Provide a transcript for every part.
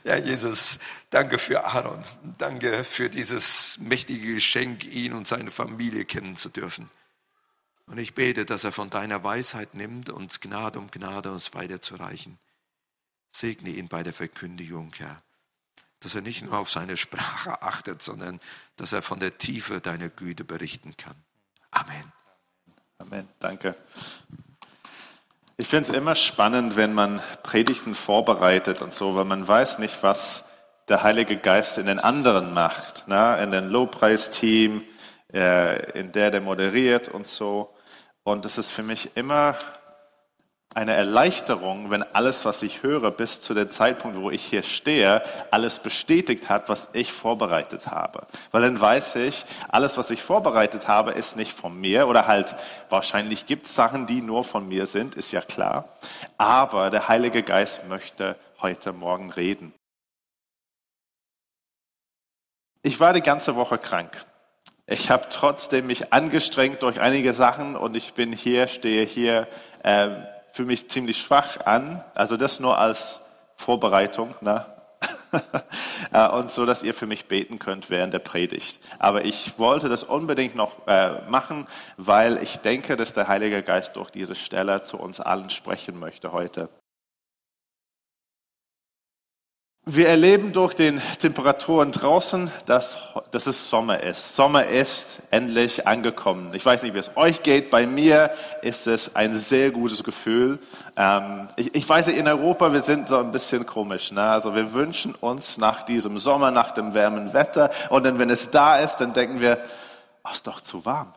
Ja, Jesus, danke für Aaron. Danke für dieses mächtige Geschenk, ihn und seine Familie kennen zu dürfen. Und ich bete, dass er von deiner Weisheit nimmt, uns Gnade um Gnade uns weiterzureichen. Segne ihn bei der Verkündigung, Herr. Dass er nicht nur auf seine Sprache achtet, sondern dass er von der Tiefe deiner Güte berichten kann. Amen. Amen, danke. Ich finde es immer spannend, wenn man Predigten vorbereitet und so, weil man weiß nicht, was der Heilige Geist in den anderen macht. In den Lobpreisteam, in der moderiert und so. Und es ist für mich immer eine Erleichterung, wenn alles, was ich höre, bis zu dem Zeitpunkt, wo ich hier stehe, alles bestätigt hat, was ich vorbereitet habe. Weil dann weiß ich, alles, was ich vorbereitet habe, ist nicht von mir oder halt wahrscheinlich gibt es Sachen, die nur von mir sind, ist ja klar. Aber der Heilige Geist möchte heute Morgen reden. Ich war die ganze Woche krank. Ich habe trotzdem mich angestrengt durch einige Sachen und ich bin hier, stehe hier, fühle mich ziemlich schwach an, also das nur als Vorbereitung, und so, dass ihr für mich beten könnt während der Predigt. Aber ich wollte das unbedingt noch machen, weil ich denke, dass der Heilige Geist durch diese Stelle zu uns allen sprechen möchte heute. Wir erleben durch den Temperaturen draußen, dass es Sommer ist. Sommer ist endlich angekommen. Ich weiß nicht, wie es euch geht. Bei mir ist es ein sehr gutes Gefühl. Ich weiß, in Europa, wir sind so ein bisschen komisch. Also wir wünschen uns nach diesem Sommer, nach dem warmen Wetter. Und dann, wenn es da ist, dann denken wir, ist doch zu warm.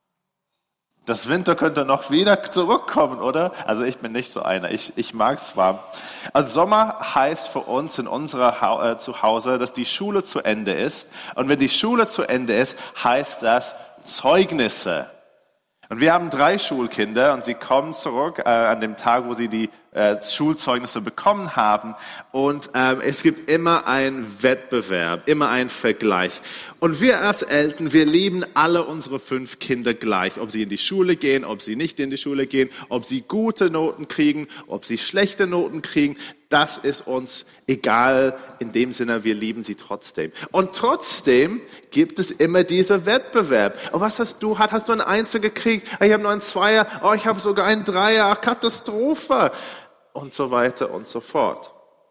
Das Winter könnte noch wieder zurückkommen, oder? Also ich bin nicht so einer. Ich mag es warm. Also Sommer heißt für uns in unserer Zuhause, dass die Schule zu Ende ist. Und wenn die Schule zu Ende ist, heißt das Zeugnisse. Und wir haben 3 Schulkinder und sie kommen zurück an dem Tag, wo sie die Schulzeugnisse bekommen haben. Und es gibt immer einen Wettbewerb, immer einen Vergleich. Und wir als Eltern, wir lieben alle unsere 5 Kinder gleich. Ob sie in die Schule gehen, ob sie nicht in die Schule gehen, ob sie gute Noten kriegen, ob sie schlechte Noten kriegen. Das ist uns egal. In dem Sinne, wir lieben sie trotzdem. Und trotzdem gibt es immer diesen Wettbewerb. Oh, was hast du? Hast du einen Einser gekriegt? Ich habe nur einen Zweier. Oh, ich habe sogar einen Dreier. Ach, Katastrophe. Und so weiter und so fort.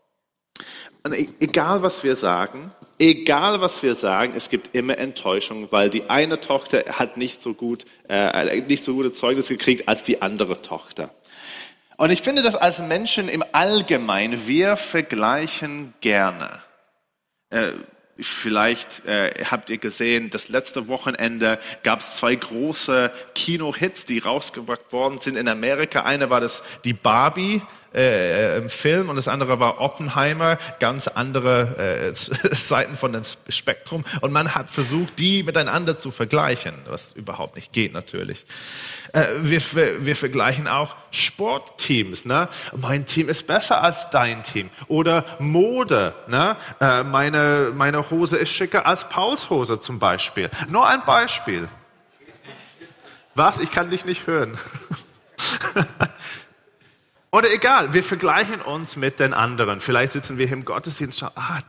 Und egal was wir sagen, es gibt immer Enttäuschung, weil die eine Tochter hat nicht so gute Zeugnisse gekriegt als die andere Tochter. Und ich finde, dass als Menschen im Allgemeinen, wir vergleichen gerne. Vielleicht habt ihr gesehen, das letzte Wochenende gab es 2 große Kino-Hits, die rausgebracht worden sind in Amerika. Eine war die Barbie im Film und das andere war Oppenheimer, ganz andere Seiten von dem Spektrum. Und man hat versucht, die miteinander zu vergleichen, was überhaupt nicht geht natürlich. Wir vergleichen auch Sportteams. Mein Team ist besser als dein Team. Oder Mode. Meine Hose ist schicker als Pauls Hose zum Beispiel. Nur ein Beispiel. Was? Ich kann dich nicht hören. Oder egal, wir vergleichen uns mit den anderen. Vielleicht sitzen wir hier im Gottesdienst und schauen,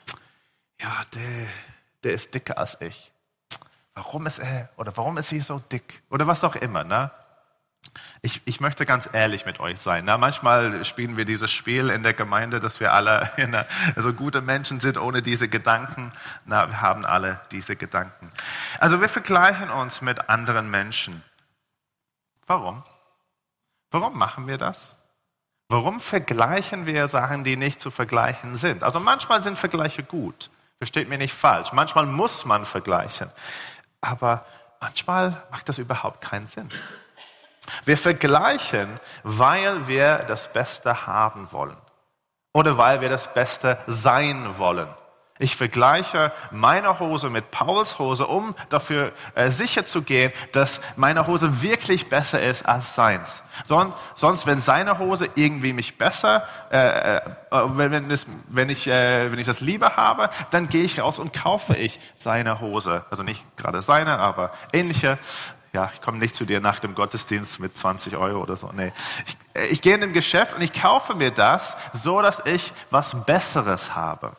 der ist dicker als ich. Warum ist er oder warum ist sie so dick? Oder was auch immer. Ich möchte ganz ehrlich mit euch sein. Manchmal spielen wir dieses Spiel in der Gemeinde, dass wir alle so gute Menschen sind ohne diese Gedanken. Wir haben alle diese Gedanken. Also wir vergleichen uns mit anderen Menschen. Warum? Warum machen wir das? Warum vergleichen wir Sachen, die nicht zu vergleichen sind? Also manchmal sind Vergleiche gut. Versteht mir nicht falsch. Manchmal muss man vergleichen. Aber manchmal macht das überhaupt keinen Sinn. Wir vergleichen, weil wir das Beste haben wollen. Oder weil wir das Beste sein wollen. Ich vergleiche meine Hose mit Pauls Hose, um dafür sicher zu gehen, dass meine Hose wirklich besser ist als seins. Sonst, wenn seine Hose irgendwie mich besser, wenn ich das lieber habe, dann gehe ich raus und kaufe ich seine Hose. Also nicht gerade seine, aber ähnliche. Ja, ich komme nicht zu dir nach dem Gottesdienst mit 20 Euro oder so. Nee. Ich gehe in ein Geschäft und ich kaufe mir das, so dass ich was Besseres habe.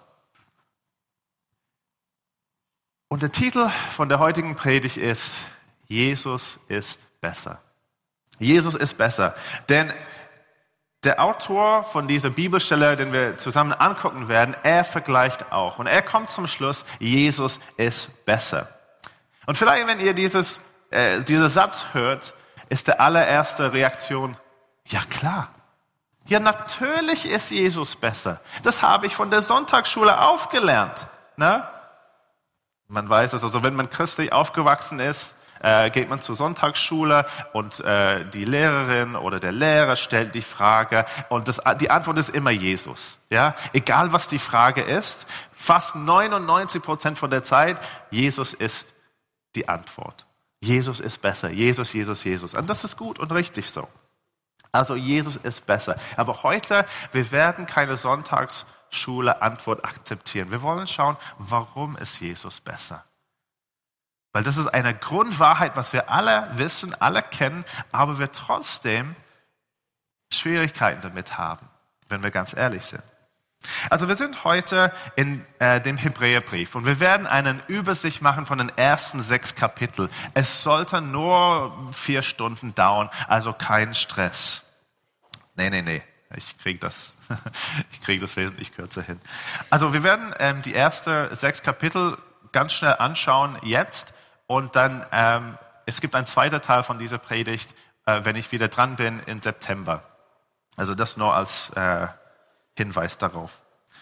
Und der Titel von der heutigen Predigt ist: Jesus ist besser. Jesus ist besser. Denn der Autor von dieser Bibelstelle, den wir zusammen angucken werden, er vergleicht auch. Und er kommt zum Schluss: Jesus ist besser. Und vielleicht, wenn ihr dieser Satz hört, ist die allererste Reaktion: ja klar. Ja, natürlich ist Jesus besser. Das habe ich von der Sonntagsschule aufgelernt. Ne? Man weiß es, also wenn man christlich aufgewachsen ist, geht man zur Sonntagsschule und die Lehrerin oder der Lehrer stellt die Frage und die Antwort ist immer Jesus. Ja? Egal was die Frage ist, fast 99% von der Zeit, Jesus ist die Antwort. Jesus ist besser. Jesus, Jesus, Jesus. Und das ist gut und richtig so. Also Jesus ist besser. Aber heute, wir werden keine Sonntagsschule-Antwort akzeptieren. Wir wollen schauen, warum ist Jesus besser? Weil das ist eine Grundwahrheit, was wir alle wissen, alle kennen, aber wir trotzdem Schwierigkeiten damit haben, wenn wir ganz ehrlich sind. Also wir sind heute in dem Hebräerbrief und wir werden eine Übersicht machen von den ersten 6 Kapiteln. Es sollte nur 4 Stunden dauern, also kein Stress. Nee. Ich kriege das wesentlich kürzer hin. Also wir werden die ersten 6 Kapitel ganz schnell anschauen jetzt und dann, es gibt einen zweiten Teil von dieser Predigt, wenn ich wieder dran bin im September. Also das nur als Hinweis darauf.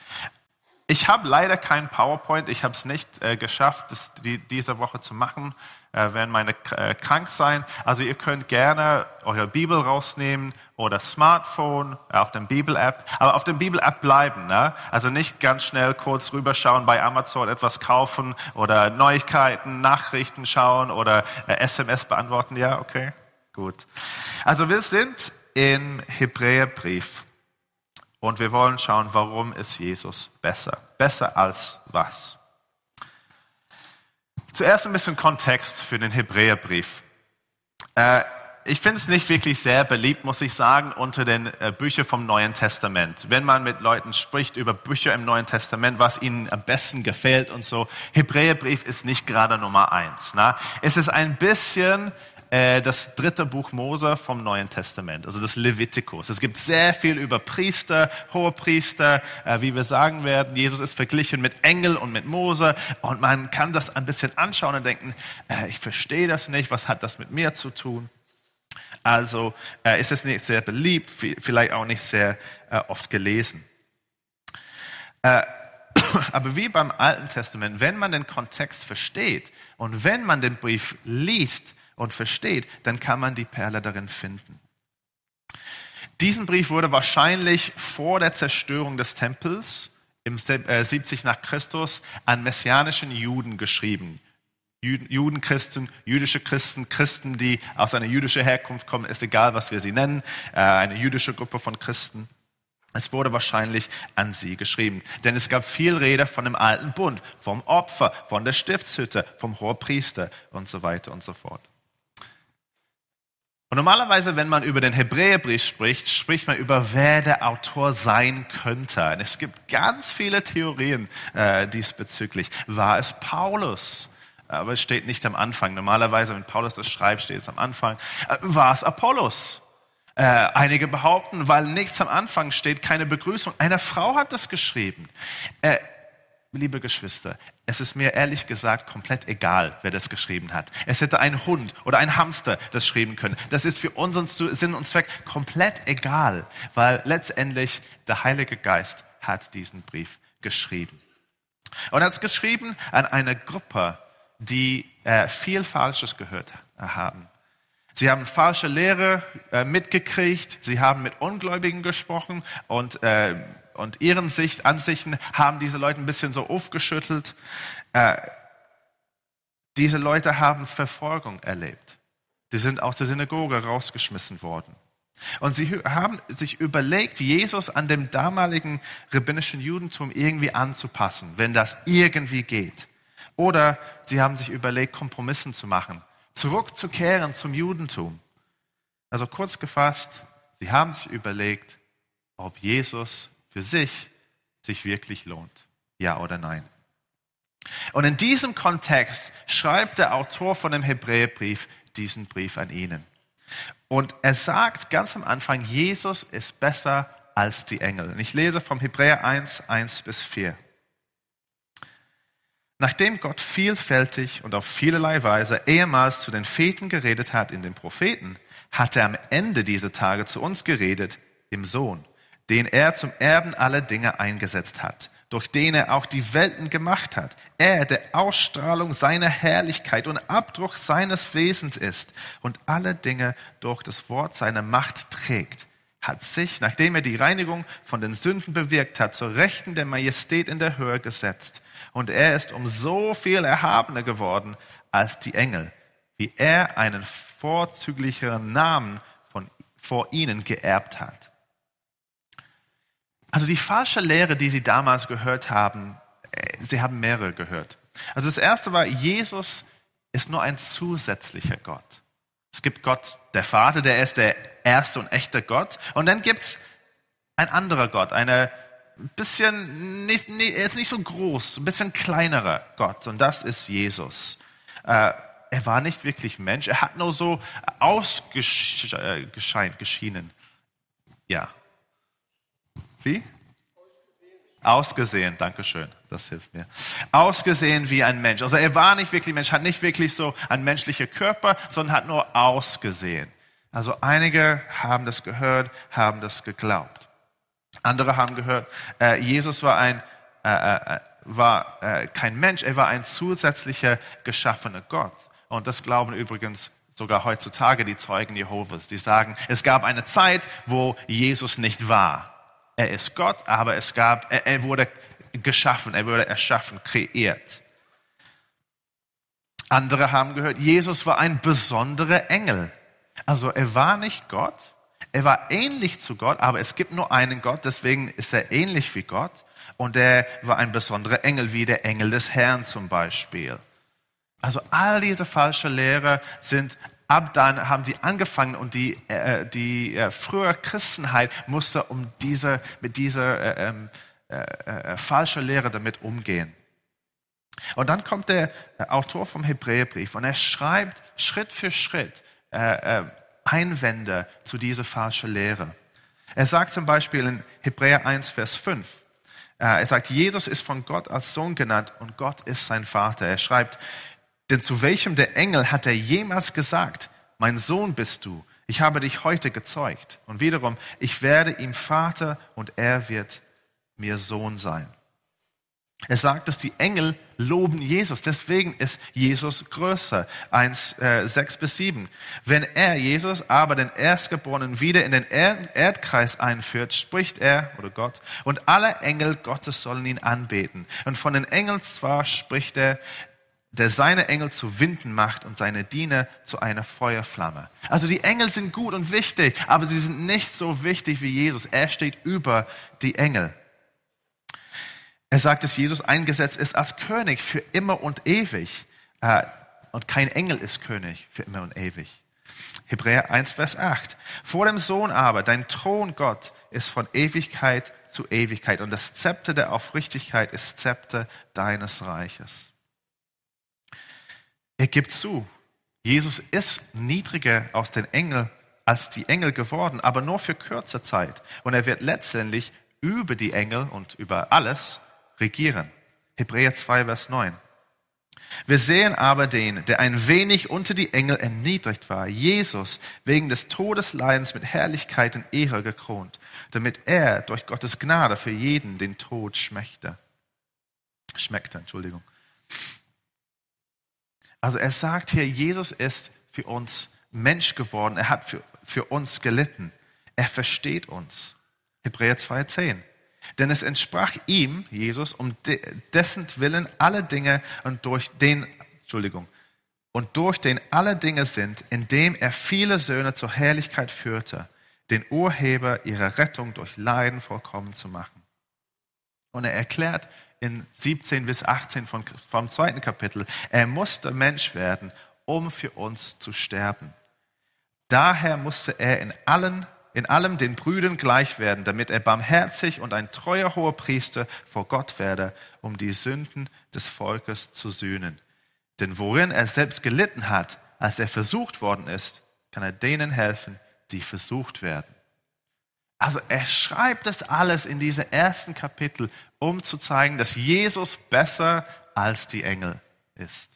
Ich habe leider kein PowerPoint, ich habe es nicht geschafft, das diese Woche zu machen, während meine krank sein. Also ihr könnt gerne eure Bibel rausnehmen oder Smartphone auf der Bibel-App, aber auf der Bibel-App bleiben. Ne? Also nicht ganz schnell kurz rüberschauen, bei Amazon etwas kaufen oder Neuigkeiten, Nachrichten schauen oder SMS beantworten. Ja, okay, gut. Also wir sind im Hebräerbrief. Und wir wollen schauen, warum ist Jesus besser? Besser als was? Zuerst ein bisschen Kontext für den Hebräerbrief. Ich finde es nicht wirklich sehr beliebt, muss ich sagen, unter den Büchern vom Neuen Testament. Wenn man mit Leuten spricht über Bücher im Neuen Testament, was ihnen am besten gefällt und so, Hebräerbrief ist nicht gerade Nummer 1. Ne? Es ist ein bisschen das 3. Buch Mose vom Neuen Testament, also das Levitikus. Es gibt sehr viel über Priester, Hohepriester, wie wir sagen werden. Jesus ist verglichen mit Engel und mit Mose und man kann das ein bisschen anschauen und denken, ich verstehe das nicht, was hat das mit mir zu tun? Also ist es nicht sehr beliebt, vielleicht auch nicht sehr oft gelesen. Aber wie beim Alten Testament, wenn man den Kontext versteht und wenn man den Brief liest und versteht, dann kann man die Perle darin finden. Diesen Brief wurde wahrscheinlich vor der Zerstörung des Tempels im 70 nach Christus an messianischen Juden geschrieben. Judenchristen, jüdische Christen, Christen, die aus einer jüdischen Herkunft kommen, ist egal, was wir sie nennen, eine jüdische Gruppe von Christen. Es wurde wahrscheinlich an sie geschrieben, denn es gab viel Rede von dem alten Bund, vom Opfer, von der Stiftshütte, vom Hohepriester und so weiter und so fort. Und normalerweise, wenn man über den Hebräerbrief spricht, spricht man über, wer der Autor sein könnte. Und es gibt ganz viele Theorien diesbezüglich. War es Paulus? Aber es steht nicht am Anfang. Normalerweise, wenn Paulus das schreibt, steht es am Anfang. War es Apollos? Einige behaupten, weil nichts am Anfang steht, keine Begrüßung. Eine Frau hat das geschrieben. Liebe Geschwister, es ist mir ehrlich gesagt komplett egal, wer das geschrieben hat. Es hätte ein Hund oder ein Hamster das schreiben können. Das ist für unseren Sinn und Zweck komplett egal, weil letztendlich der Heilige Geist hat diesen Brief geschrieben. Und er hat es geschrieben an eine Gruppe, die viel Falsches gehört haben. Sie haben falsche Lehre mitgekriegt, sie haben mit Ungläubigen gesprochen und ihren Ansichten haben diese Leute ein bisschen so aufgeschüttelt. Diese Leute haben Verfolgung erlebt. Die sind aus der Synagoge rausgeschmissen worden. Und sie haben sich überlegt, Jesus an dem damaligen rabbinischen Judentum irgendwie anzupassen, wenn das irgendwie geht. Oder sie haben sich überlegt, Kompromissen zu machen zurückzukehren zum Judentum. Also kurz gefasst, sie haben sich überlegt, ob Jesus für sich wirklich lohnt. Ja oder nein. Und in diesem Kontext schreibt der Autor von dem Hebräerbrief diesen Brief an ihnen. Und er sagt ganz am Anfang, Jesus ist besser als die Engel. Und ich lese vom Hebräer 1, 1-4. Nachdem Gott vielfältig und auf vielerlei Weise ehemals zu den Vätern geredet hat in den Propheten, hat er am Ende dieser Tage zu uns geredet im Sohn, den er zum Erben aller Dinge eingesetzt hat, durch den er auch die Welten gemacht hat. Er, der Ausstrahlung seiner Herrlichkeit und Abdruck seines Wesens ist und alle Dinge durch das Wort seiner Macht trägt, hat sich, nachdem er die Reinigung von den Sünden bewirkt hat, zur Rechten der Majestät in der Höhe gesetzt. Und er ist um so viel erhabener geworden als die Engel, wie er einen vorzüglicheren Namen vor ihnen geerbt hat. Also die falsche Lehre, die sie damals gehört haben, sie haben mehrere gehört. Also das erste war, Jesus ist nur ein zusätzlicher Gott. Es gibt Gott, der Vater, der ist der erste und echte Gott. Und dann gibt es ein anderer Gott, eine bisschen, jetzt nicht so groß, ein bisschen kleinerer Gott. Und das ist Jesus. Er war nicht wirklich Mensch, er hat nur so geschienen. Ja. Wie? Ausgesehen, danke schön, das hilft mir. Ausgesehen wie ein Mensch. Also er war nicht wirklich Mensch, hat nicht wirklich so einen menschlichen Körper, sondern hat nur ausgesehen. Also einige haben das gehört, haben das geglaubt. Andere haben gehört, Jesus war kein Mensch, er war ein zusätzlicher geschaffener Gott. Und das glauben übrigens sogar heutzutage die Zeugen Jehovas. Die sagen, es gab eine Zeit, wo Jesus nicht war. Er ist Gott, aber er wurde geschaffen, er wurde erschaffen, kreiert. Andere haben gehört, Jesus war ein besonderer Engel. Also er war nicht Gott, er war ähnlich zu Gott, aber es gibt nur einen Gott, deswegen ist er ähnlich wie Gott. Und er war ein besonderer Engel, wie der Engel des Herrn zum Beispiel. Also all diese falsche Lehre ab dann haben sie angefangen und die frühe Christenheit musste mit dieser falschen Lehre damit umgehen. Und dann kommt der Autor vom Hebräerbrief und er schreibt Schritt für Schritt Einwände zu dieser falschen Lehre. Er sagt zum Beispiel in Hebräer 1, Vers 5, er sagt, Jesus ist von Gott als Sohn genannt und Gott ist sein Vater. Er schreibt, denn zu welchem der Engel hat er jemals gesagt, mein Sohn bist du, ich habe dich heute gezeugt. Und wiederum, ich werde ihm Vater und er wird mir Sohn sein. Er sagt, dass die Engel loben Jesus, deswegen ist Jesus größer. 1,6-7. Wenn er, Jesus, aber den Erstgeborenen wieder in den Erdkreis einführt, spricht er, oder Gott, und alle Engel Gottes sollen ihn anbeten. Und von den Engeln zwar spricht er, der seine Engel zu Winden macht und seine Diener zu einer Feuerflamme. Also die Engel sind gut und wichtig, aber sie sind nicht so wichtig wie Jesus. Er steht über die Engel. Er sagt, dass Jesus eingesetzt ist als König für immer und ewig. Und kein Engel ist König für immer und ewig. Hebräer 1, Vers 8. Vor dem Sohn aber, dein Thron, Gott, ist von Ewigkeit zu Ewigkeit. Und das Zepter der Aufrichtigkeit ist Zepter deines Reiches. Er gibt zu, Jesus ist niedriger als die Engel geworden, aber nur für kurze Zeit. Und er wird letztendlich über die Engel und über alles regieren. Hebräer 2, Vers 9. Wir sehen aber den, der ein wenig unter die Engel erniedrigt war, Jesus, wegen des Todesleidens mit Herrlichkeit und Ehre gekrönt, damit er durch Gottes Gnade für jeden den Tod schmeckte. Also er sagt hier, Jesus ist für uns Mensch geworden. Er hat für uns gelitten. Er versteht uns. Hebräer 2,10. Denn es entsprach ihm, Jesus, um dessen Willen alle Dinge und durch den alle Dinge sind, indem er viele Söhne zur Herrlichkeit führte, den Urheber ihrer Rettung durch Leiden vollkommen zu machen. Und er erklärt in 17 bis 18 vom 2. Kapitel, er musste Mensch werden, um für uns zu sterben. Daher musste er in allem den Brüdern gleich werden, damit er barmherzig und ein treuer Hohepriester vor Gott werde, um die Sünden des Volkes zu sühnen. Denn worin er selbst gelitten hat, als er versucht worden ist, kann er denen helfen, die versucht werden. Also er schreibt das alles in diese ersten Kapitel, um zu zeigen, dass Jesus besser als die Engel ist.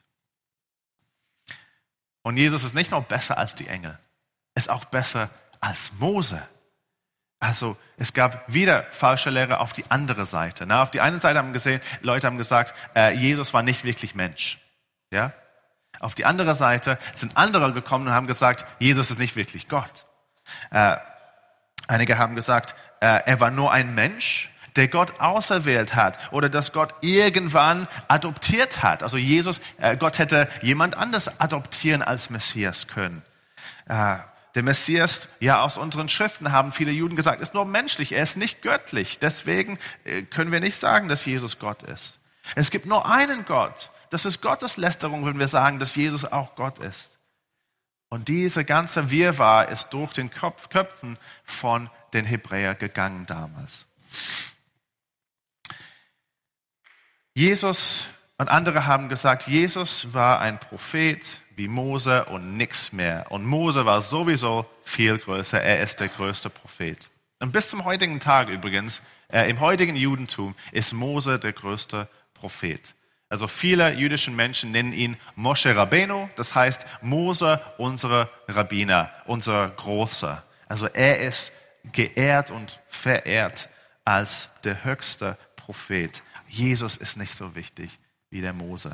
Und Jesus ist nicht nur besser als die Engel, er ist auch besser als Mose. Also es gab wieder falsche Lehre auf die andere Seite. Auf die eine Seite haben Leute haben gesagt, Jesus war nicht wirklich Mensch. Ja? Auf die andere Seite sind andere gekommen und haben gesagt, Jesus ist nicht wirklich Gott. Einige haben gesagt, er war nur ein Mensch, der Gott auserwählt hat oder dass Gott irgendwann adoptiert hat. Also Gott hätte jemand anders adoptieren als Messias können. Der Messias, ja aus unseren Schriften haben viele Juden gesagt, ist nur menschlich, er ist nicht göttlich. Deswegen können wir nicht sagen, dass Jesus Gott ist. Es gibt nur einen Gott. Das ist Gotteslästerung, wenn wir sagen, dass Jesus auch Gott ist. Und diese ganze Wirrwarr ist durch den Köpfen von den Hebräern gegangen damals. Jesus und andere haben gesagt, Jesus war ein Prophet wie Mose und nichts mehr. Und Mose war sowieso viel größer, er ist der größte Prophet. Und bis zum heutigen Tag übrigens, im heutigen Judentum ist Mose der größte Prophet. Also viele jüdische Menschen nennen ihn Moshe Rabbeinu, das heißt Mose, unsere Rabbiner, unser Großer. Also er ist geehrt und verehrt als der höchste Prophet. Jesus ist nicht so wichtig wie der Mose.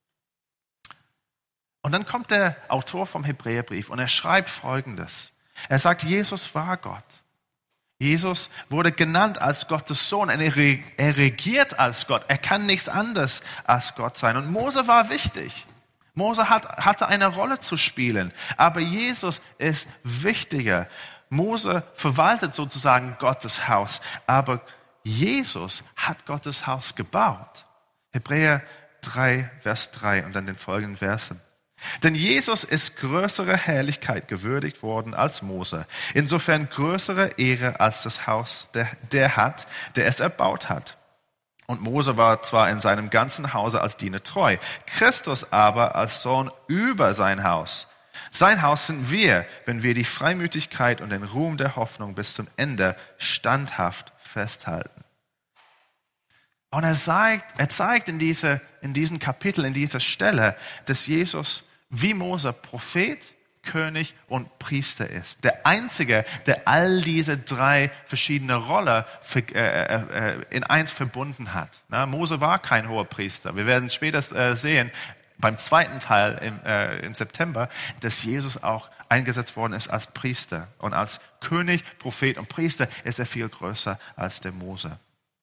Und dann kommt der Autor vom Hebräerbrief und er schreibt Folgendes. Er sagt, Jesus war Gott. Jesus wurde genannt als Gottes Sohn. Er regiert als Gott. Er kann nichts anderes als Gott sein. Und Mose war wichtig. Mose hatte eine Rolle zu spielen. Aber Jesus ist wichtiger. Mose verwaltet sozusagen Gottes Haus. Aber Jesus hat Gottes Haus gebaut. Hebräer 3, Vers 3 und dann den folgenden Versen. Denn Jesus ist größere Herrlichkeit gewürdigt worden als Mose. Insofern größere Ehre als das Haus, der hat, der es erbaut hat. Und Mose war zwar in seinem ganzen Hause als Diener treu, Christus aber als Sohn über sein Haus. Sein Haus sind wir, wenn wir die Freimütigkeit und den Ruhm der Hoffnung bis zum Ende standhaft festhalten. Und er zeigt in diesen Kapiteln, in dieser Stelle, dass Jesus wie Mose Prophet, König und Priester ist. Der Einzige, der all diese drei verschiedene Rollen in eins verbunden hat. Mose war kein hoher Priester. Wir werden später sehen, beim zweiten Teil im September, dass Jesus auch eingesetzt worden ist als Priester. Und als König, Prophet und Priester ist er viel größer als der Mose.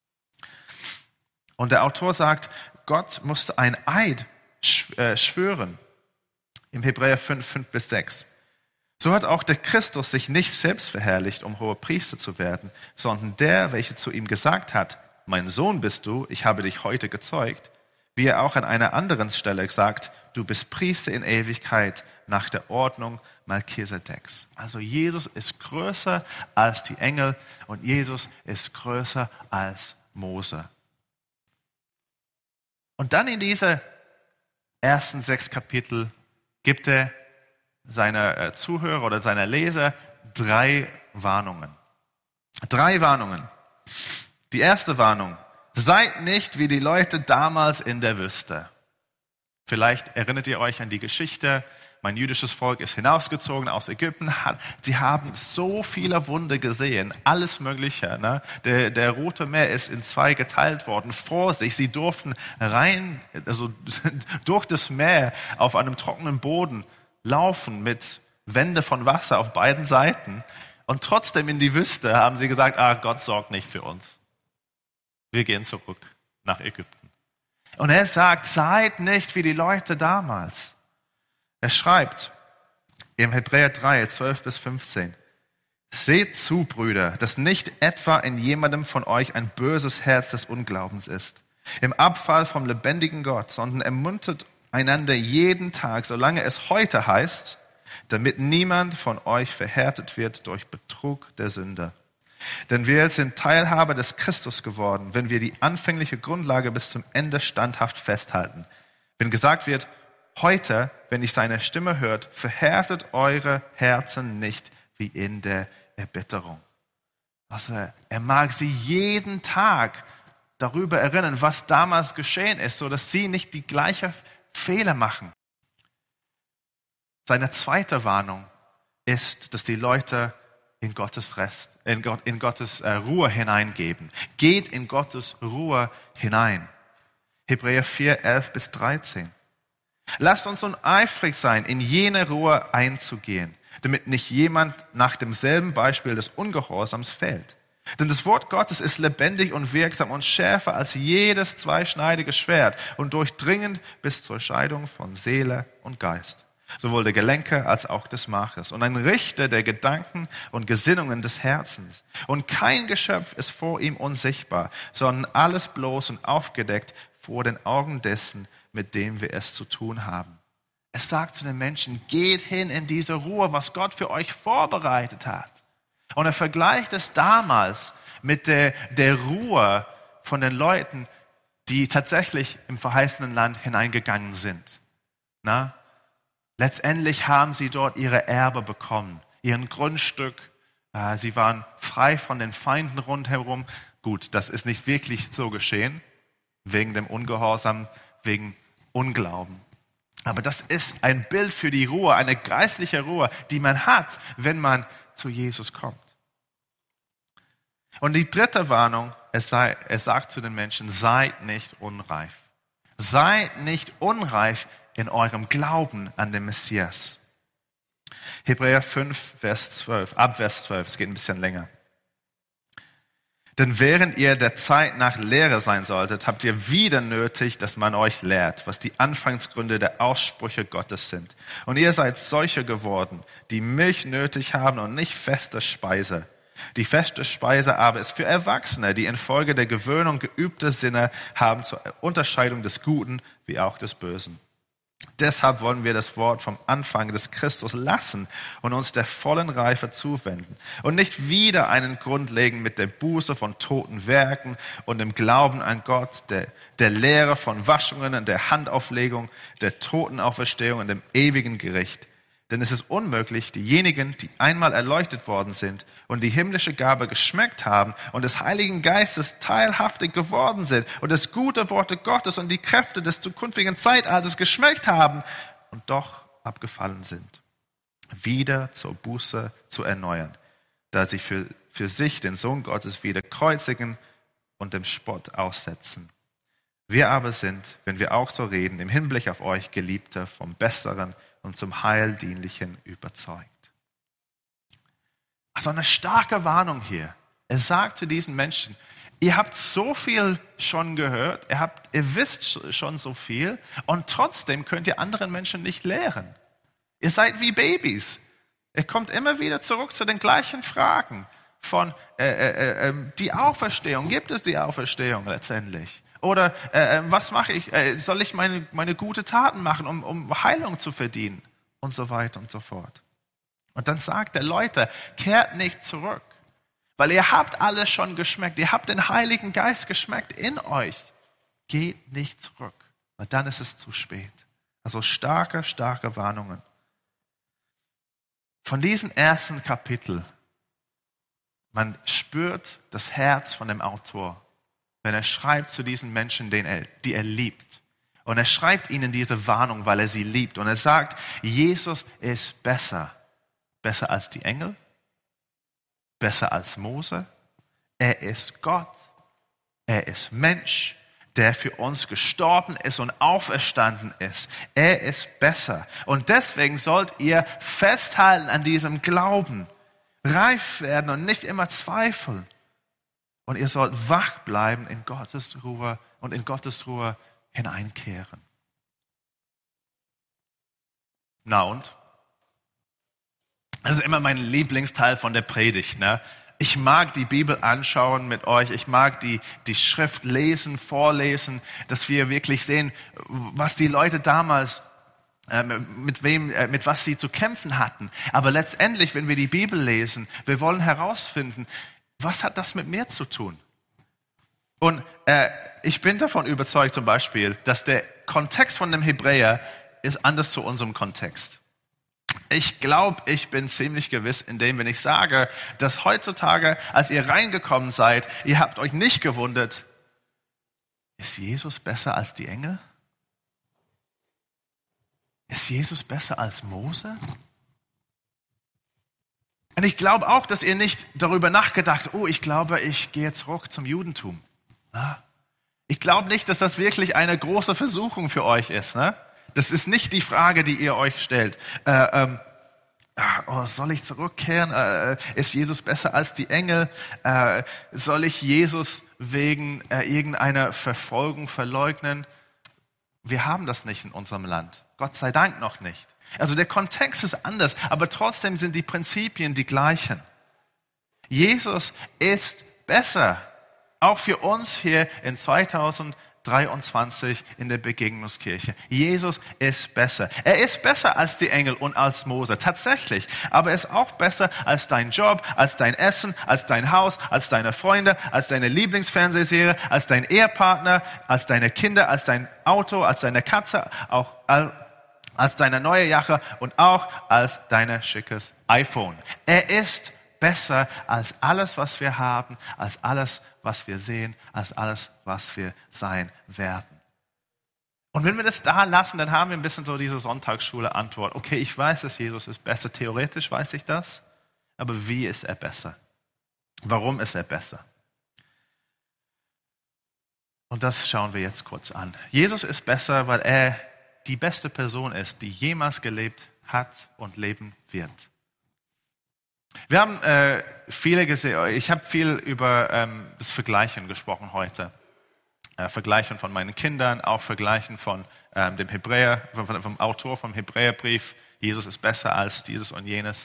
Und der Autor sagt, Gott musste ein Eid schwören. Im Hebräer 5, 5-6. So hat auch der Christus sich nicht selbst verherrlicht, um hoher Priester zu werden, sondern der, welcher zu ihm gesagt hat, mein Sohn bist du, ich habe dich heute gezeugt, wie er auch an einer anderen Stelle sagt, du bist Priester in Ewigkeit nach der Ordnung Melchisedeks. Also Jesus ist größer als die Engel und Jesus ist größer als Mose. Und dann in diese ersten 6 Kapitel gibt er seiner Zuhörer oder seiner Leser 3 Warnungen. 3 Warnungen. Die erste Warnung: Seid nicht wie die Leute damals in der Wüste. Vielleicht erinnert ihr euch an die Geschichte. Mein jüdisches Volk ist hinausgezogen aus Ägypten. Sie haben so viele Wunder gesehen, alles Mögliche. Ne? Der Rote Meer ist in 2 geteilt worden vor sich. Sie durften rein, also durch das Meer auf einem trockenen Boden laufen mit Wände von Wasser auf beiden Seiten. Und trotzdem in die Wüste haben sie gesagt, Gott sorgt nicht für uns. Wir gehen zurück nach Ägypten. Und er sagt, seid nicht wie die Leute damals. Er schreibt im Hebräer 3, 12-15, seht zu, Brüder, dass nicht etwa in jemandem von euch ein böses Herz des Unglaubens ist, im Abfall vom lebendigen Gott, sondern ermuntert einander jeden Tag, solange es heute heißt, damit niemand von euch verhärtet wird durch Betrug der Sünder. Denn wir sind Teilhaber des Christus geworden, wenn wir die anfängliche Grundlage bis zum Ende standhaft festhalten. Wenn gesagt wird, heute, wenn ihr seine Stimme hört, verhärtet eure Herzen nicht wie in der Erbitterung. Also, er mag sie jeden Tag darüber erinnern, was damals geschehen ist, so dass sie nicht die gleichen Fehler machen. Seine zweite Warnung ist, dass die Leute in Gottes Ruhe hineingeben. Geht in Gottes Ruhe hinein. Hebräer 4, 11-13. Lasst uns nun eifrig sein, in jene Ruhe einzugehen, damit nicht jemand nach demselben Beispiel des Ungehorsams fällt. Denn das Wort Gottes ist lebendig und wirksam und schärfer als jedes zweischneidige Schwert und durchdringend bis zur Scheidung von Seele und Geist, sowohl der Gelenke als auch des Markes, und ein Richter der Gedanken und Gesinnungen des Herzens. Und kein Geschöpf ist vor ihm unsichtbar, sondern alles bloß und aufgedeckt vor den Augen dessen, mit dem wir es zu tun haben. Es sagt zu den Menschen, geht hin in diese Ruhe, was Gott für euch vorbereitet hat. Und er vergleicht es damals mit der Ruhe von den Leuten, die tatsächlich im verheißenen Land hineingegangen sind. Na? Letztendlich haben sie dort ihre Erbe bekommen, ihren Grundstück. Sie waren frei von den Feinden rundherum. Gut, das ist nicht wirklich so geschehen, wegen dem Ungehorsam, wegen Unglauben. Aber das ist ein Bild für die Ruhe, eine geistliche Ruhe, die man hat, wenn man zu Jesus kommt. Und die dritte Warnung, er sagt zu den Menschen, seid nicht unreif. Seid nicht unreif in eurem Glauben an den Messias. Hebräer 5, Vers 12, ab Vers 12, es geht ein bisschen länger. Denn während ihr der Zeit nach Lehre sein solltet, habt ihr wieder nötig, dass man euch lehrt, was die Anfangsgründe der Aussprüche Gottes sind. Und ihr seid solche geworden, die Milch nötig haben und nicht feste Speise. Die feste Speise aber ist für Erwachsene, die infolge der Gewöhnung geübte Sinne haben zur Unterscheidung des Guten wie auch des Bösen. Deshalb wollen wir das Wort vom Anfang des Christus lassen und uns der vollen Reife zuwenden und nicht wieder einen Grund legen mit der Buße von toten Werken und dem Glauben an Gott, der Lehre von Waschungen und der Handauflegung, der Totenauferstehung und dem ewigen Gericht. Denn es ist unmöglich, diejenigen, die einmal erleuchtet worden sind und die himmlische Gabe geschmeckt haben und des Heiligen Geistes teilhaftig geworden sind und das gute Worte Gottes und die Kräfte des zukünftigen Zeitalters geschmeckt haben und doch abgefallen sind, wieder zur Buße zu erneuern, da sie für sich den Sohn Gottes wieder kreuzigen und dem Spott aussetzen. Wir aber sind, wenn wir auch so reden, im Hinblick auf euch, Geliebte, vom Besseren und zum Heildienlichen überzeugt. Also eine starke Warnung hier. Er sagt zu diesen Menschen, ihr habt so viel schon gehört, ihr wisst schon so viel und trotzdem könnt ihr anderen Menschen nicht lehren. Ihr seid wie Babys. Ihr kommt immer wieder zurück zu den gleichen Fragen von die Auferstehung. Gibt es die Auferstehung letztendlich? Oder was mache ich? Soll ich meine gute Taten machen, um Heilung zu verdienen? Und so weiter und so fort. Und dann sagt er, Leute, kehrt nicht zurück. Weil ihr habt alles schon geschmeckt. Ihr habt den Heiligen Geist geschmeckt in euch. Geht nicht zurück. Weil dann ist es zu spät. Also starke, starke Warnungen. Von diesem ersten Kapitel, man spürt das Herz von dem Autor, wenn er schreibt zu diesen Menschen, die er liebt. Und er schreibt ihnen diese Warnung, weil er sie liebt. Und er sagt, Jesus ist besser. Besser als die Engel, besser als Mose. Er ist Gott. Er ist Mensch, der für uns gestorben ist und auferstanden ist. Er ist besser. Und deswegen sollt ihr festhalten an diesem Glauben, reif werden und nicht immer zweifeln. Und ihr sollt wach bleiben in Gottes Ruhe und in Gottes Ruhe hineinkehren. Na und? Das ist immer mein Lieblingsteil von der Predigt. Ne? Ich mag die Bibel anschauen mit euch. Ich mag die Schrift lesen, vorlesen, dass wir wirklich sehen, was die Leute damals, mit was sie zu kämpfen hatten. Aber letztendlich, wenn wir die Bibel lesen, wir wollen herausfinden, was hat das mit mir zu tun? Und ich bin davon überzeugt zum Beispiel, dass der Kontext von dem Hebräer ist anders zu unserem Kontext. Ich glaube, ich bin ziemlich gewiss in dem, wenn ich sage, dass heutzutage, als ihr reingekommen seid, ihr habt euch nicht gewundert, ist Jesus besser als die Engel? Ist Jesus besser als Mose? Und ich glaube auch, dass ihr nicht darüber nachgedacht, ich glaube, ich gehe zurück zum Judentum. Ich glaube nicht, dass das wirklich eine große Versuchung für euch ist. Das ist nicht die Frage, die ihr euch stellt. Soll ich zurückkehren? Ist Jesus besser als die Engel? Soll ich Jesus wegen irgendeiner Verfolgung verleugnen? Wir haben das nicht in unserem Land. Gott sei Dank noch nicht. Also der Kontext ist anders, aber trotzdem sind die Prinzipien die gleichen. Jesus ist besser. Auch für uns hier in 2023 in der Begegnungskirche. Jesus ist besser. Er ist besser als die Engel und als Mose, tatsächlich. Aber er ist auch besser als dein Job, als dein Essen, als dein Haus, als deine Freunde, als deine Lieblingsfernsehserie, als dein Ehepartner, als deine Kinder, als dein Auto, als deine Katze, auch als deine neue Jacke und auch als dein schickes iPhone. Er ist besser als alles, was wir haben, als alles, was wir sehen, als alles, was wir sein werden. Und wenn wir das da lassen, dann haben wir ein bisschen so diese Sonntagsschule-Antwort. Okay, ich weiß, dass Jesus ist besser. Theoretisch weiß ich das. Aber wie ist er besser? Warum ist er besser? Und das schauen wir jetzt kurz an. Jesus ist besser, weil er die beste Person ist, die jemals gelebt hat und leben wird. Wir haben viele gesehen, ich habe viel über das Vergleichen gesprochen heute. Vergleichen von meinen Kindern, auch Vergleichen von dem Hebräer, vom Autor vom Hebräerbrief. Jesus ist besser als dieses und jenes.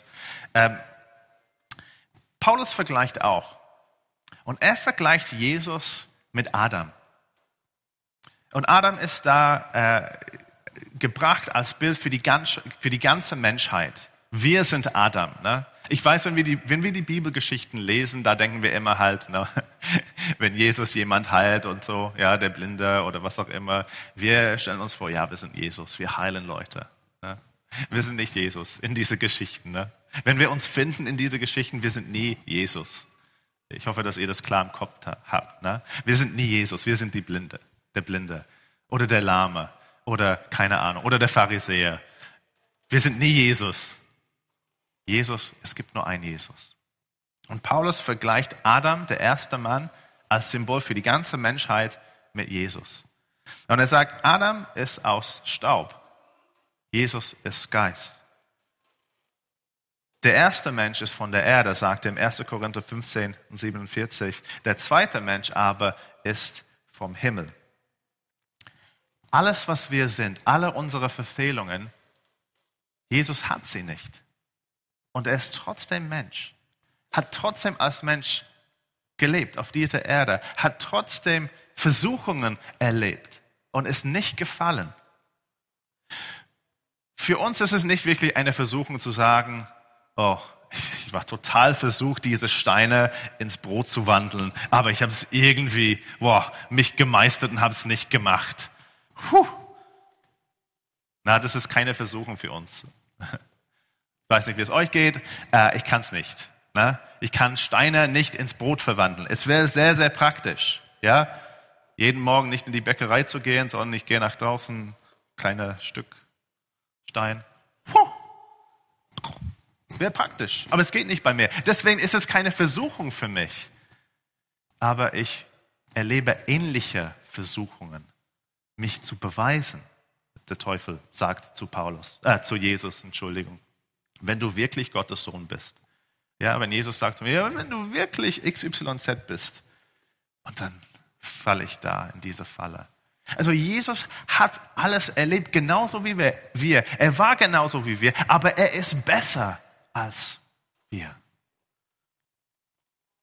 Paulus vergleicht auch. Und er vergleicht Jesus mit Adam. Und Adam ist da gebracht als Bild für die ganze Menschheit. Wir sind Adam. Ne? Ich weiß, wenn wir die Bibelgeschichten lesen, da denken wir immer halt, ne, wenn Jesus jemand heilt und so, ja, der Blinde oder was auch immer, wir stellen uns vor, ja, wir sind Jesus, wir heilen Leute. Ne? Wir sind nicht Jesus in diese Geschichten. Ne? Wenn wir uns finden in diese Geschichten, wir sind nie Jesus. Ich hoffe, dass ihr das klar im Kopf habt. Ne? Wir sind nie Jesus, wir sind der Blinde oder der Lahme oder keine Ahnung, oder der Pharisäer. Wir sind nie Jesus. Jesus, es gibt nur einen Jesus. Und Paulus vergleicht Adam, der erste Mann, als Symbol für die ganze Menschheit mit Jesus. Und er sagt, Adam ist aus Staub. Jesus ist Geist. Der erste Mensch ist von der Erde, sagt er im 1. Korinther 15 und 47. Der zweite Mensch aber ist vom Himmel. Alles, was wir sind, alle unsere Verfehlungen, Jesus hat sie nicht. Und er ist trotzdem Mensch, hat trotzdem als Mensch gelebt auf dieser Erde, hat trotzdem Versuchungen erlebt und ist nicht gefallen. Für uns ist es nicht wirklich eine Versuchung zu sagen, ich war total versucht, diese Steine ins Brot zu wandeln, aber ich habe es irgendwie mich gemeistert und habe es nicht gemacht. Das ist keine Versuchung für uns. Ich weiß nicht, wie es euch geht. Ich kann es nicht. Ne? Ich kann Steine nicht ins Brot verwandeln. Es wäre sehr, sehr praktisch. Ja? Jeden Morgen nicht in die Bäckerei zu gehen, sondern ich gehe nach draußen, kleines Stück Stein. Wäre praktisch. Aber es geht nicht bei mir. Deswegen ist es keine Versuchung für mich. Aber ich erlebe ähnliche Versuchungen, mich zu beweisen. Der Teufel sagt zu Jesus, wenn du wirklich Gottes Sohn bist. Ja, wenn Jesus sagt mir, wenn du wirklich XYZ bist. Und dann falle ich da in diese Falle. Also Jesus hat alles erlebt, genauso wie wir. Er war genauso wie wir, aber er ist besser als wir.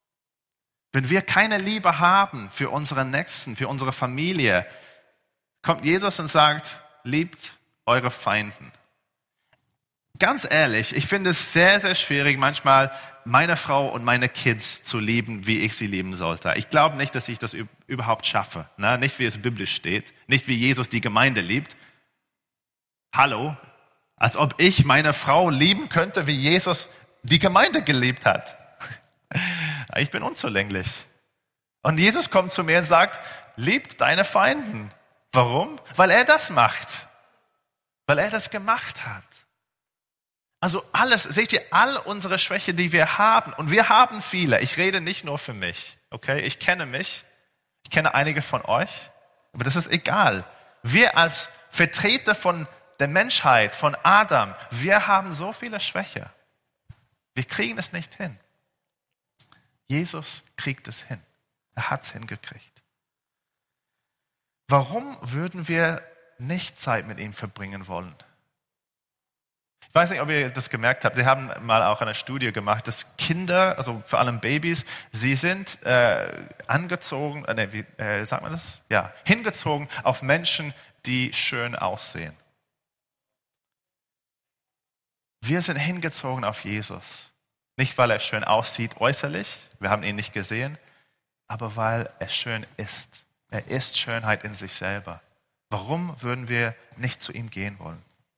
Wenn wir keine Liebe haben für unsere Nächsten, für unsere Familie, kommt Jesus und sagt, liebt eure Feinden. Ganz ehrlich, ich finde es sehr, sehr schwierig, manchmal meine Frau und meine Kids zu lieben, wie ich sie lieben sollte. Ich glaube nicht, dass ich das überhaupt schaffe. Ne? Nicht, wie es biblisch steht. Nicht, wie Jesus die Gemeinde liebt. Hallo? Als ob ich meine Frau lieben könnte, wie Jesus die Gemeinde geliebt hat. Ich bin unzulänglich. Und Jesus kommt zu mir und sagt, liebt deine Feinden. Warum? Weil er das macht. Weil er das gemacht hat. Also alles, seht ihr, all unsere Schwäche, die wir haben, und wir haben viele, ich rede nicht nur für mich, okay? Ich kenne mich, ich kenne einige von euch, aber das ist egal. Wir als Vertreter von der Menschheit, von Adam, wir haben so viele Schwäche. Wir kriegen es nicht hin. Jesus kriegt es hin. Er hat es hingekriegt. Warum würden wir nicht Zeit mit ihm verbringen wollen? Ich weiß nicht, ob ihr das gemerkt habt. Sie haben mal auch eine Studie gemacht, dass Kinder, also vor allem Babys, sie sind angezogen, wie sagt man das? Ja, hingezogen auf Menschen, die schön aussehen. Wir sind hingezogen auf Jesus. Nicht, weil er schön aussieht äußerlich, wir haben ihn nicht gesehen, aber weil er schön ist. Er ist Schönheit in sich selber. Warum würden wir nicht zu ihm gehen wollen?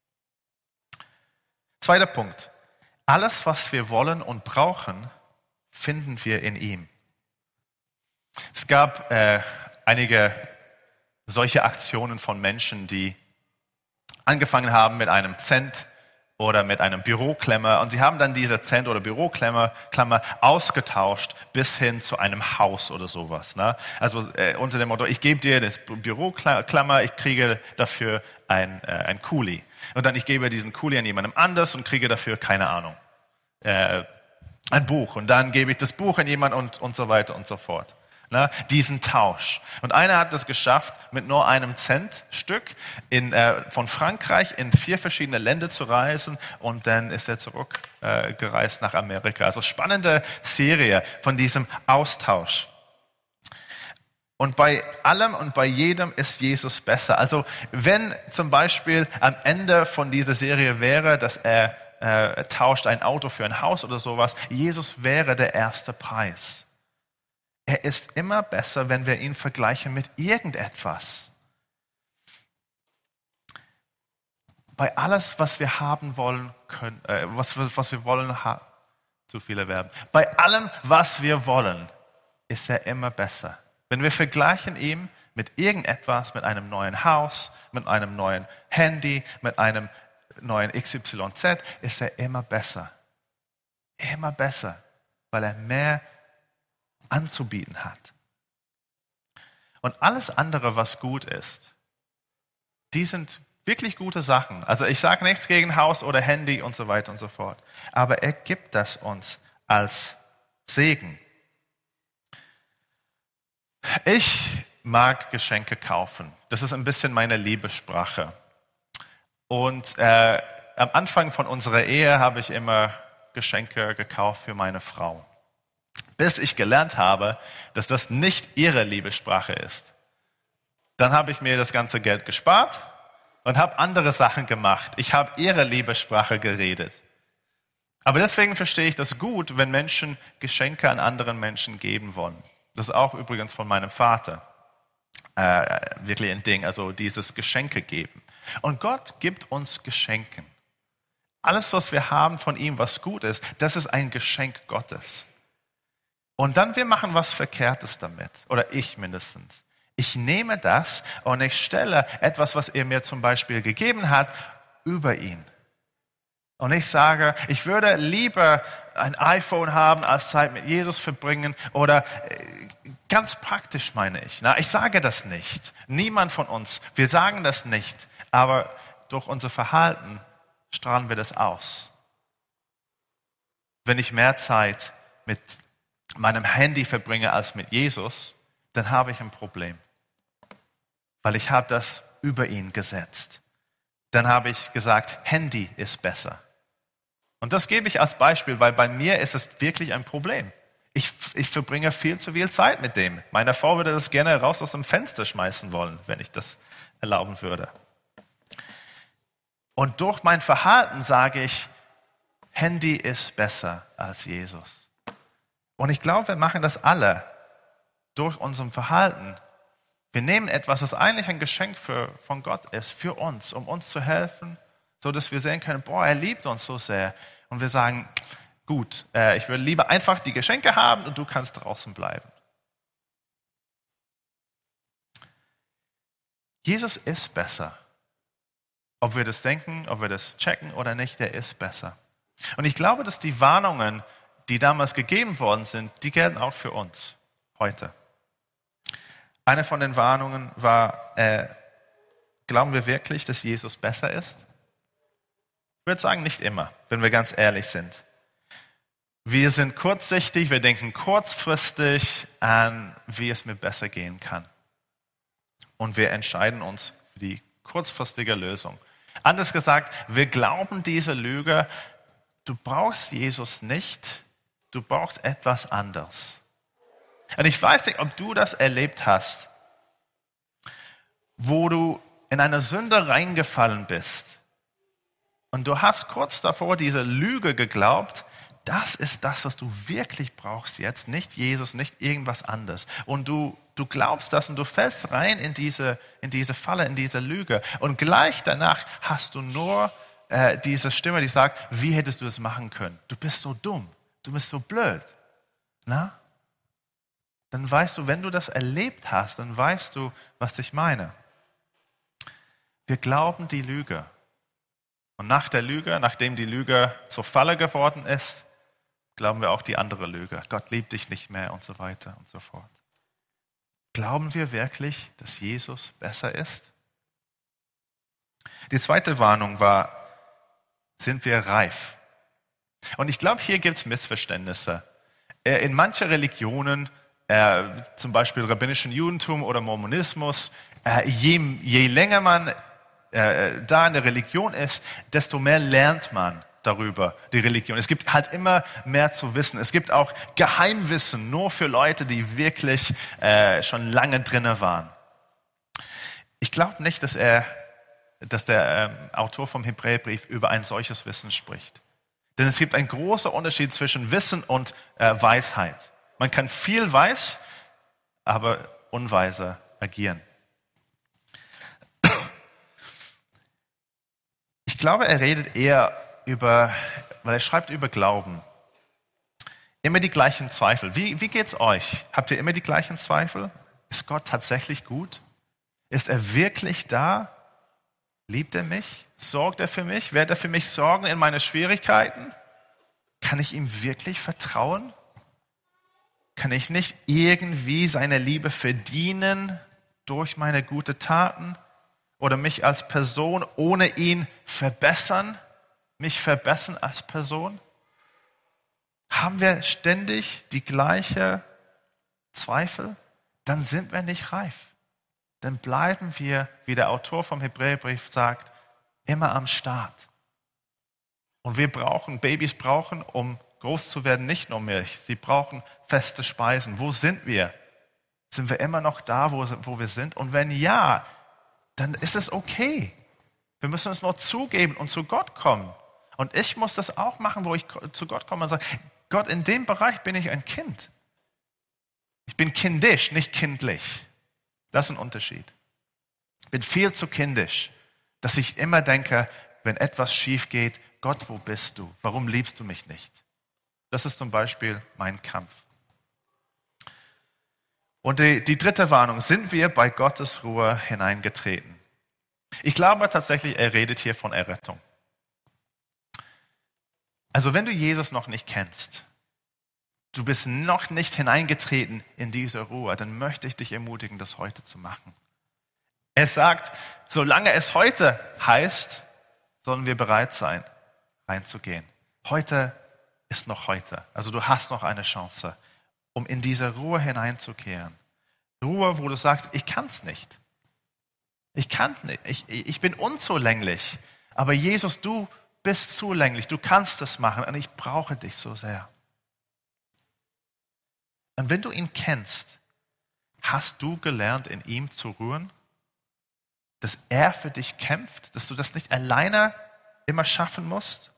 Zweiter Punkt. Alles, was wir wollen und brauchen, finden wir in ihm. Es gab einige solche Aktionen von Menschen, die angefangen haben mit einem Cent oder mit einem Büroklemmer und sie haben dann diese Cent- oder Büroklammer ausgetauscht bis hin zu einem Haus oder sowas. Ne? Also unter dem Motto, ich gebe dir das Büroklammer, ich kriege dafür ein Kuli. Und dann ich gebe diesen Kuli an jemandem anders und kriege dafür, keine Ahnung, ein Buch. Und dann gebe ich das Buch an jemanden und so weiter und so fort. Ne? Diesen Tausch. Und einer hat es geschafft, mit nur einem Centstück von Frankreich in 4 verschiedene Länder zu reisen und dann ist er zurückgereist nach Amerika. Also spannende Serie von diesem Austausch. Und bei allem und bei jedem ist Jesus besser. Also wenn zum Beispiel am Ende von dieser Serie wäre, dass er tauscht ein Auto für ein Haus oder sowas, Jesus wäre der erste Preis. Er ist immer besser, wenn wir ihn vergleichen mit irgendetwas. Bei alles, was wir haben wollen, was wir wollen, zu viele Verben. Bei allem, was wir wollen, ist er immer besser. Wenn wir vergleichen ihn mit irgendetwas, mit einem neuen Haus, mit einem neuen Handy, mit einem neuen XYZ, ist er immer besser. Immer besser, weil er mehr anzubieten hat. Und alles andere, was gut ist, die sind wirklich gute Sachen. Also ich sage nichts gegen Haus oder Handy und so weiter und so fort. Aber er gibt das uns als Segen. Ich mag Geschenke kaufen. Das ist ein bisschen meine Liebessprache. Und am Anfang von unserer Ehe habe ich immer Geschenke gekauft für meine Frau. Bis ich gelernt habe, dass das nicht ihre Liebessprache ist. Dann habe ich mir das ganze Geld gespart und habe andere Sachen gemacht. Ich habe ihre Liebessprache geredet. Aber deswegen verstehe ich das gut, wenn Menschen Geschenke an anderen Menschen geben wollen. Das ist auch übrigens von meinem Vater wirklich ein Ding, also dieses Geschenke geben. Und Gott gibt uns Geschenke. Alles, was wir haben von ihm, was gut ist, das ist ein Geschenk Gottes. Und dann wir machen was Verkehrtes damit, oder ich mindestens. Ich nehme das und ich stelle etwas, was er mir zum Beispiel gegeben hat, über ihn. Und ich sage, ich würde lieber ein iPhone haben, als Zeit mit Jesus verbringen oder ganz praktisch meine ich. Na, ich sage das nicht. Niemand von uns, wir sagen das nicht, aber durch unser Verhalten strahlen wir das aus. Wenn ich mehr Zeit mit meinem Handy verbringe als mit Jesus, dann habe ich ein Problem. Weil ich habe das über ihn gesetzt. Dann habe ich gesagt, Handy ist besser. Und das gebe ich als Beispiel, weil bei mir ist es wirklich ein Problem. Ich verbringe viel zu viel Zeit mit dem. Meine Frau würde das gerne raus aus dem Fenster schmeißen wollen, wenn ich das erlauben würde. Und durch mein Verhalten sage ich, Handy ist besser als Jesus. Und ich glaube, wir machen das alle durch unserem Verhalten. Wir nehmen etwas, was eigentlich ein Geschenk von Gott ist, für uns, um uns zu helfen, so dass wir sehen können, er liebt uns so sehr. Und wir sagen, gut, ich würde lieber einfach die Geschenke haben und du kannst draußen bleiben. Jesus ist besser. Ob wir das denken, ob wir das checken oder nicht, der ist besser. Und ich glaube, dass die Warnungen, die damals gegeben worden sind, die gelten auch für uns heute. Eine von den Warnungen war, glauben wir wirklich, dass Jesus besser ist? Ich würde sagen, nicht immer, wenn wir ganz ehrlich sind. Wir sind kurzsichtig, wir denken kurzfristig an, wie es mir besser gehen kann. Und wir entscheiden uns für die kurzfristige Lösung. Anders gesagt, wir glauben diese Lüge, du brauchst Jesus nicht, du brauchst etwas anderes. Und ich weiß nicht, ob du das erlebt hast, wo du in eine Sünde reingefallen bist und du hast kurz davor diese Lüge geglaubt, das ist das, was du wirklich brauchst jetzt, nicht Jesus, nicht irgendwas anderes. Und du glaubst das und du fällst rein in diese Falle, in diese Lüge. Und gleich danach hast du nur diese Stimme, die sagt, wie hättest du das machen können? Du bist so dumm, du bist so blöd. Na? Dann weißt du, wenn du das erlebt hast, dann weißt du, was ich meine. Wir glauben die Lüge. Und nach der Lüge, nachdem die Lüge zur Falle geworden ist, glauben wir auch die andere Lüge. Gott liebt dich nicht mehr und so weiter und so fort. Glauben wir wirklich, dass Jesus besser ist? Die zweite Warnung war, sind wir reif? Und ich glaube, hier gibt es Missverständnisse. In manchen Religionen, zum Beispiel rabbinischen Judentum oder Mormonismus, je länger man da in der Religion ist, desto mehr lernt man darüber, die Religion. Es gibt halt immer mehr zu wissen. Es gibt auch Geheimwissen, nur für Leute, die wirklich schon lange drinne waren. Ich glaube nicht, dass der Autor vom Hebräerbrief über ein solches Wissen spricht. Denn es gibt einen großen Unterschied zwischen Wissen und Weisheit. Man kann viel weiß, aber unweise agieren. Ich glaube, er redet eher weil er schreibt über Glauben. Immer die gleichen Zweifel. Wie geht's euch? Habt ihr immer die gleichen Zweifel? Ist Gott tatsächlich gut? Ist er wirklich da? Liebt er mich? Sorgt er für mich? Wird er für mich sorgen in meine Schwierigkeiten? Kann ich ihm wirklich vertrauen? Kann ich nicht irgendwie seine Liebe verdienen durch meine guten Taten? Oder mich als Person ohne ihn verbessern? Mich verbessern als Person? Haben wir ständig die gleiche Zweifel? Dann sind wir nicht reif. Dann bleiben wir, wie der Autor vom Hebräerbrief sagt, immer am Start. Und Babys brauchen, um groß zu werden, nicht nur Milch. Sie brauchen feste Speisen. Wo sind wir? Sind wir immer noch da, wo wir sind? Und wenn ja, dann ist es okay. Wir müssen es nur zugeben und zu Gott kommen. Und ich muss das auch machen, wo ich zu Gott komme und sage, Gott, in dem Bereich bin ich ein Kind. Ich bin kindisch, nicht kindlich. Das ist ein Unterschied. Ich bin viel zu kindisch, dass ich immer denke, wenn etwas schief geht, Gott, wo bist du? Warum liebst du mich nicht? Das ist zum Beispiel mein Kampf. Und die dritte Warnung, sind wir bei Gottes Ruhe hineingetreten? Ich glaube tatsächlich, er redet hier von Errettung. Also wenn du Jesus noch nicht kennst, du bist noch nicht hineingetreten in diese Ruhe, dann möchte ich dich ermutigen, das heute zu machen. Er sagt, solange es heute heißt, sollen wir bereit sein, reinzugehen. Heute ist noch heute. Also du hast noch eine Chance, um in diese Ruhe hineinzukehren. Ruhe, wo du sagst, ich kann es nicht. Ich kann nicht. Ich bin unzulänglich. Aber Jesus, du bist zulänglich. Du kannst es machen und ich brauche dich so sehr. Und wenn du ihn kennst, hast du gelernt, in ihm zu ruhen? Dass er für dich kämpft? Dass du das nicht alleine immer schaffen musst?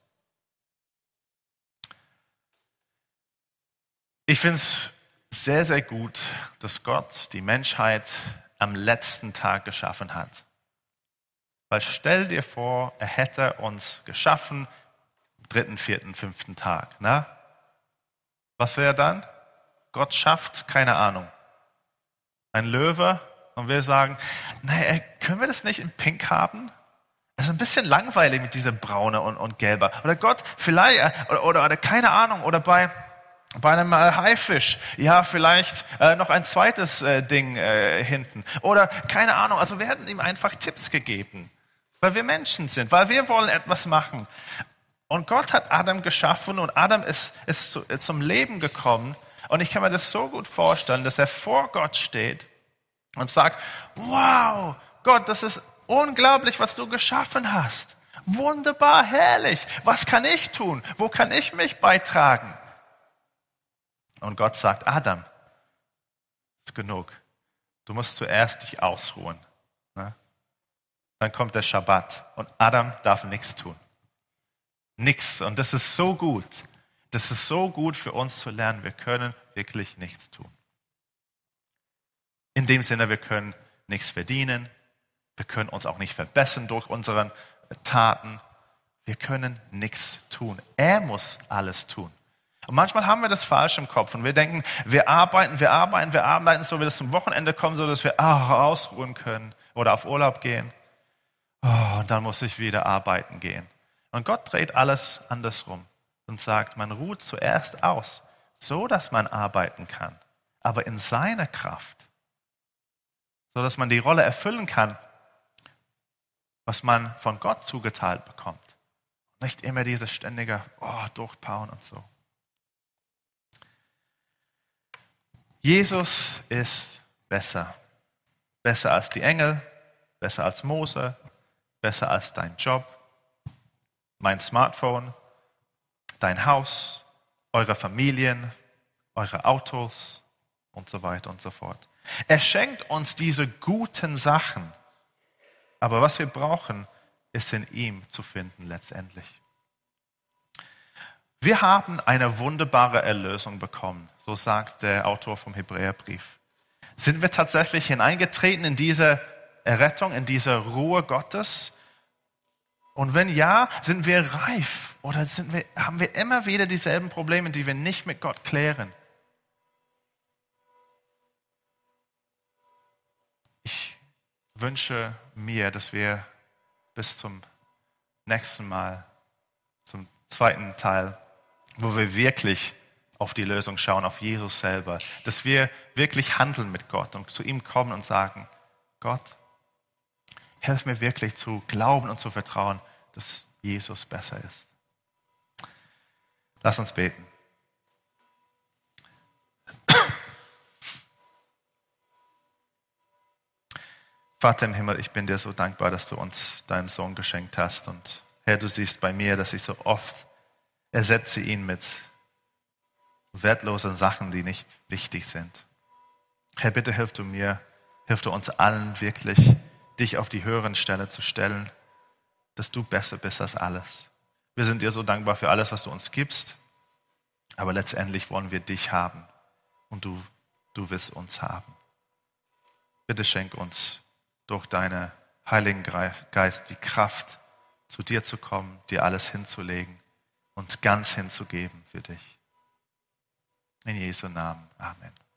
Ich finde es sehr, sehr gut, dass Gott die Menschheit am letzten Tag geschaffen hat. Weil stell dir vor, er hätte uns geschaffen am 3., 4., 5. Tag. Na? Was wäre dann? Gott schafft, keine Ahnung, ein Löwe und wir sagen, naja, können wir das nicht in Pink haben? Das ist ein bisschen langweilig mit dieser braune und gelber. Oder Gott, vielleicht, oder keine Ahnung, oder bei einem Haifisch, ja, vielleicht noch ein zweites Ding hinten. Oder keine Ahnung, also wir hätten ihm einfach Tipps gegeben, weil wir Menschen sind, weil wir wollen etwas machen. Und Gott hat Adam geschaffen und Adam ist zum Leben gekommen. Und ich kann mir das so gut vorstellen, dass er vor Gott steht und sagt, wow, Gott, das ist unglaublich, was du geschaffen hast. Wunderbar, herrlich. Was kann ich tun? Wo kann ich mich beitragen? Und Gott sagt, Adam, ist genug. Du musst zuerst dich ausruhen. Dann kommt der Schabbat und Adam darf nichts tun. Nichts. Und das ist so gut. Das ist so gut für uns zu lernen. Wir können wirklich nichts tun. In dem Sinne, wir können nichts verdienen. Wir können uns auch nicht verbessern durch unsere Taten. Wir können nichts tun. Er muss alles tun. Und manchmal haben wir das falsch im Kopf und wir denken, wir arbeiten, so wie das zum Wochenende kommt, so dass wir ausruhen können oder auf Urlaub gehen. Und dann muss ich wieder arbeiten gehen. Und Gott dreht alles andersrum und sagt, man ruht zuerst aus, so dass man arbeiten kann, aber in seiner Kraft, so dass man die Rolle erfüllen kann, was man von Gott zugeteilt bekommt. Nicht immer dieses ständige Durchpowern und so. Jesus ist besser. Besser als die Engel, besser als Mose, besser als dein Job, mein Smartphone, dein Haus, eure Familien, eure Autos und so weiter und so fort. Er schenkt uns diese guten Sachen. Aber was wir brauchen, ist in ihm zu finden letztendlich. Wir haben eine wunderbare Erlösung bekommen, so sagt der Autor vom Hebräerbrief. Sind wir tatsächlich hineingetreten in diese Errettung, in diese Ruhe Gottes? Und wenn ja, sind wir reif oder haben wir immer wieder dieselben Probleme, die wir nicht mit Gott klären? Ich wünsche mir, dass wir bis zum nächsten Mal, zum zweiten Teil, wo wir wirklich auf die Lösung schauen, auf Jesus selber, dass wir wirklich handeln mit Gott und zu ihm kommen und sagen, Gott, hilf mir wirklich zu glauben und zu vertrauen, dass Jesus besser ist. Lass uns beten. Vater im Himmel, ich bin dir so dankbar, dass du uns deinen Sohn geschenkt hast. Und Herr, du siehst bei mir, dass ich so oft ersetze ihn mit wertlosen Sachen, die nicht wichtig sind. Herr, bitte hilf du uns allen wirklich, dich auf die höheren Stelle zu stellen, dass du besser bist als alles. Wir sind dir so dankbar für alles, was du uns gibst, aber letztendlich wollen wir dich haben und du willst uns haben. Bitte schenk uns durch deinen Heiligen Geist die Kraft, zu dir zu kommen, dir alles hinzulegen, uns ganz hinzugeben für dich. In Jesu Namen. Amen.